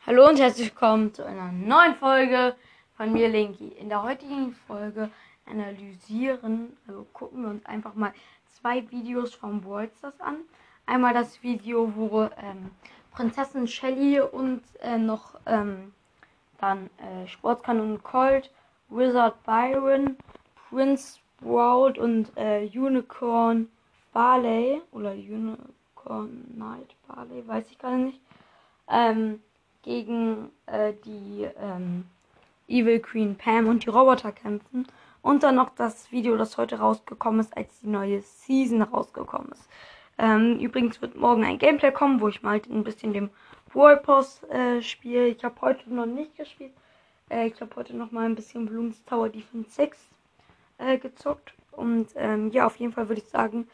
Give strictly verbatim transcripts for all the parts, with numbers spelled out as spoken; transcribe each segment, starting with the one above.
Hallo und herzlich willkommen zu einer neuen Folge von mir, Linky. In der heutigen Folge analysieren, also gucken wir uns einfach mal zwei Videos von Brawl Stars an. Einmal das Video, wo ähm, Prinzessin Shelly und äh, noch ähm, dann äh, Sportkanon Colt, Wizard Byron, Prince Sprout und äh, Unicorn Barley oder Unicorn Knight Barley, weiß ich gar nicht. Ähm, gegen äh, die ähm, Evil Queen Pam und die Roboter kämpfen. Und dann noch das Video, das heute rausgekommen ist, als die neue Season rausgekommen ist. Ähm, übrigens wird morgen ein Gameplay kommen, wo ich mal ein bisschen dem Brawl Pass äh, spiele. Ich habe heute noch nicht gespielt. Äh, ich habe heute noch mal ein bisschen Bloons Tower Defense sechs äh, gezockt. Und ähm, ja, auf jeden Fall würde ich sagen,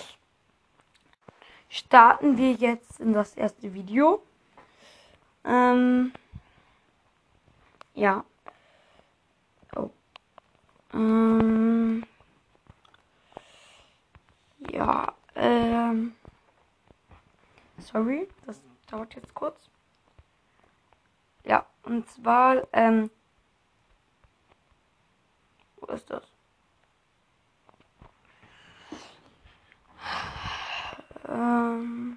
starten wir jetzt in das erste Video. Ähm, ja. Oh. Ähm, ja, ähm, sorry, das dauert jetzt kurz. Ja, und zwar, ähm, wo ist das? Ähm,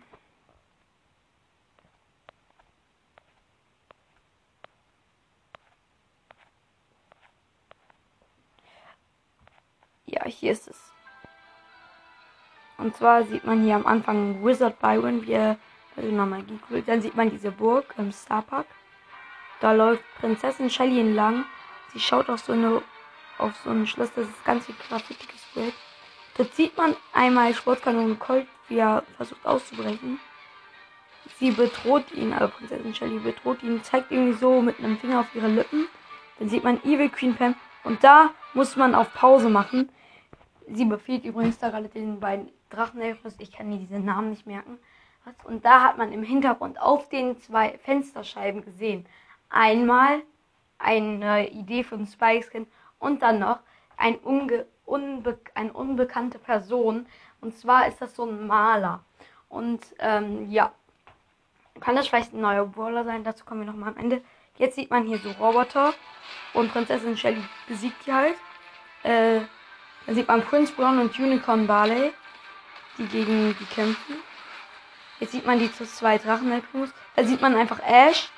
ja, hier ist es. Und zwar sieht man hier am Anfang Wizard Byron, wie er also nochmal Magie. Dann sieht man diese Burg im Starpark. Da läuft Prinzessin Shelly entlang. Sie schaut auf so eine auf so ein Schloss, das ist ganz viel Graffiti gesprayt. Dort sieht man einmal Sportkanon Colt, wie er versucht auszubrechen. Sie bedroht ihn, also Prinzessin Shelly bedroht ihn, zeigt irgendwie so mit einem Finger auf ihre Lippen. Dann sieht man Evil Queen Pam und da muss man auf Pause machen. Sie befiehlt übrigens da gerade den beiden Drachenelfers, ich kann mir diese Namen nicht merken. Und da hat man im Hintergrund auf den zwei Fensterscheiben gesehen, einmal eine Idee von Spikeskin und dann noch ein unge unbe eine unbekannte Person. Und zwar ist das so ein Maler. Und ähm, ja, kann das vielleicht ein neuer Brawler sein? Dazu kommen wir nochmal am Ende. Jetzt sieht man hier so Roboter und Prinzessin Shelly besiegt die halt. Äh, dann sieht man Prince Brown und Unicorn Barley, die gegen die kämpfen. Jetzt sieht man die zu zwei Drachen. Da sieht man einfach Ash.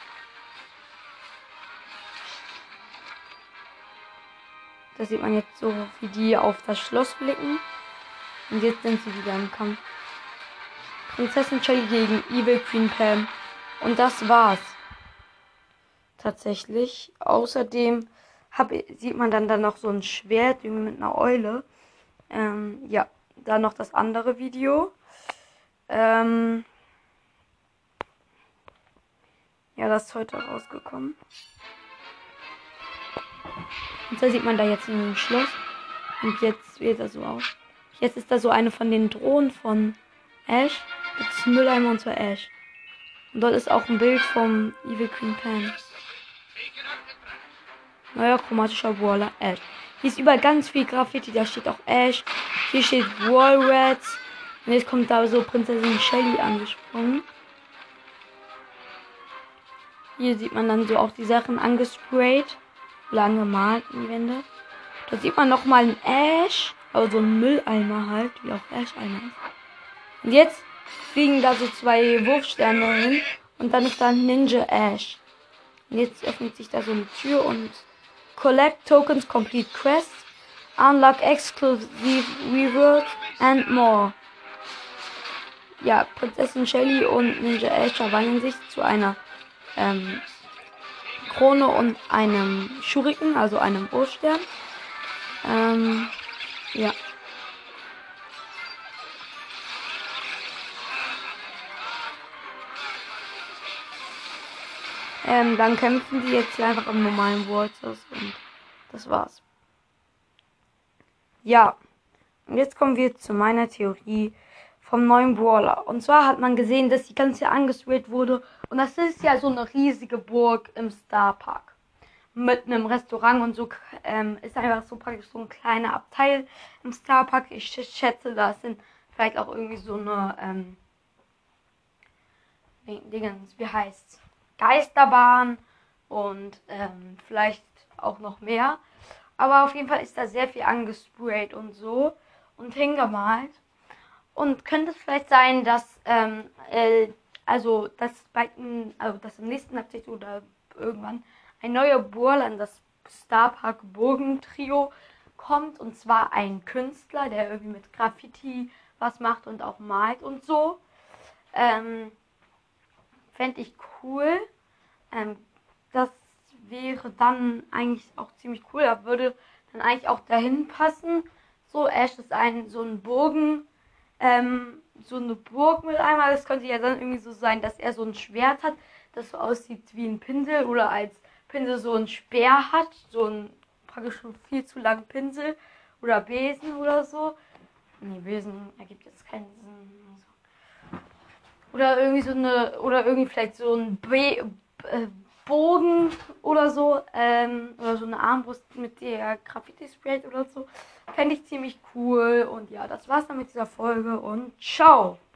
Da sieht man jetzt so, wie die auf das Schloss blicken. Und jetzt sind sie wieder im Kampf. Prinzessin Shelly gegen Evil Queen Pam. Und das war's. Tatsächlich. Außerdem hab, sieht man dann, dann noch so ein Schwert mit einer Eule. Ähm, ja, dann noch das andere Video. Ähm, ja, das ist heute rausgekommen. Und da sieht man da jetzt ein Schloss. Und jetzt wird er so aus. Jetzt ist da so eine von den Drohnen von Ash. Das ist ein Mülleimer und zwar Ash. Und dort ist auch ein Bild vom Evil Queen Pam. Neuer chromatischer Brawler, Ash. Hier ist überall ganz viel Graffiti, da steht auch Ash. Hier steht Wallrats. Und jetzt kommt da so Prinzessin Shelly angesprungen. Hier sieht man dann so auch die Sachen angesprayt. Oder angemalt in die Wände. Da sieht man nochmal einen Ash. Aber so ein Mülleimer halt, wie auch Ash-Eimer ist. Und jetzt fliegen da so zwei Wurfsterne hin. Und dann ist da Ninja Ash. Und jetzt öffnet sich da so eine Tür und Collect Tokens, Complete Quests, Unlock Exclusive Rewards and more. Ja, Prinzessin Shelly und Ninja Ash verwandeln sich zu einer ähm, Krone und einem Schuriken, also einem Wurfstern. Ähm, ja. Ähm, dann kämpfen die jetzt hier einfach im normalen Waters und das war's. Ja, und jetzt kommen wir zu meiner Theorie vom neuen Brawler. Und zwar hat man gesehen, dass die ganze angesprayt wurde. Und das ist ja so eine riesige Burg im Starpark. Mit einem Restaurant und so ähm, ist einfach so praktisch so ein kleiner Abteil im Starpark. Ich schätze, da sind vielleicht auch irgendwie so eine ähm, Dingens, wie heißt's? Geisterbahn und ähm, vielleicht auch noch mehr. Aber auf jeden Fall ist da sehr viel angesprayt und so und hingemalt. Und könnte es vielleicht sein, dass, ähm, äh, also, dass, bei, also, dass im nächsten Update oder irgendwann ein neuer Burl das Starpark Burgen Trio kommt. Und zwar ein Künstler, der irgendwie mit Graffiti was macht und auch malt und so. Ähm, Fände ich cool. Ähm, das wäre dann eigentlich auch ziemlich cool. Da würde dann eigentlich auch dahin passen. So, Ash ist ein, so ein Burgen, ähm, so eine Burg mit einmal. Das könnte ja dann irgendwie so sein, dass er so ein Schwert hat, das so aussieht wie ein Pinsel oder als Pinsel so ein Speer hat. So ein praktisch schon viel zu langen Pinsel oder Besen oder so. Nee, Besen ergibt jetzt keinen Sinn. Oder irgendwie so eine, oder irgendwie vielleicht so ein Be äh, Bogen oder so, ähm, oder so eine Armbrust mit der Graffiti sprayt oder so. Fände ich ziemlich cool. Und ja, das war's dann mit dieser Folge und ciao!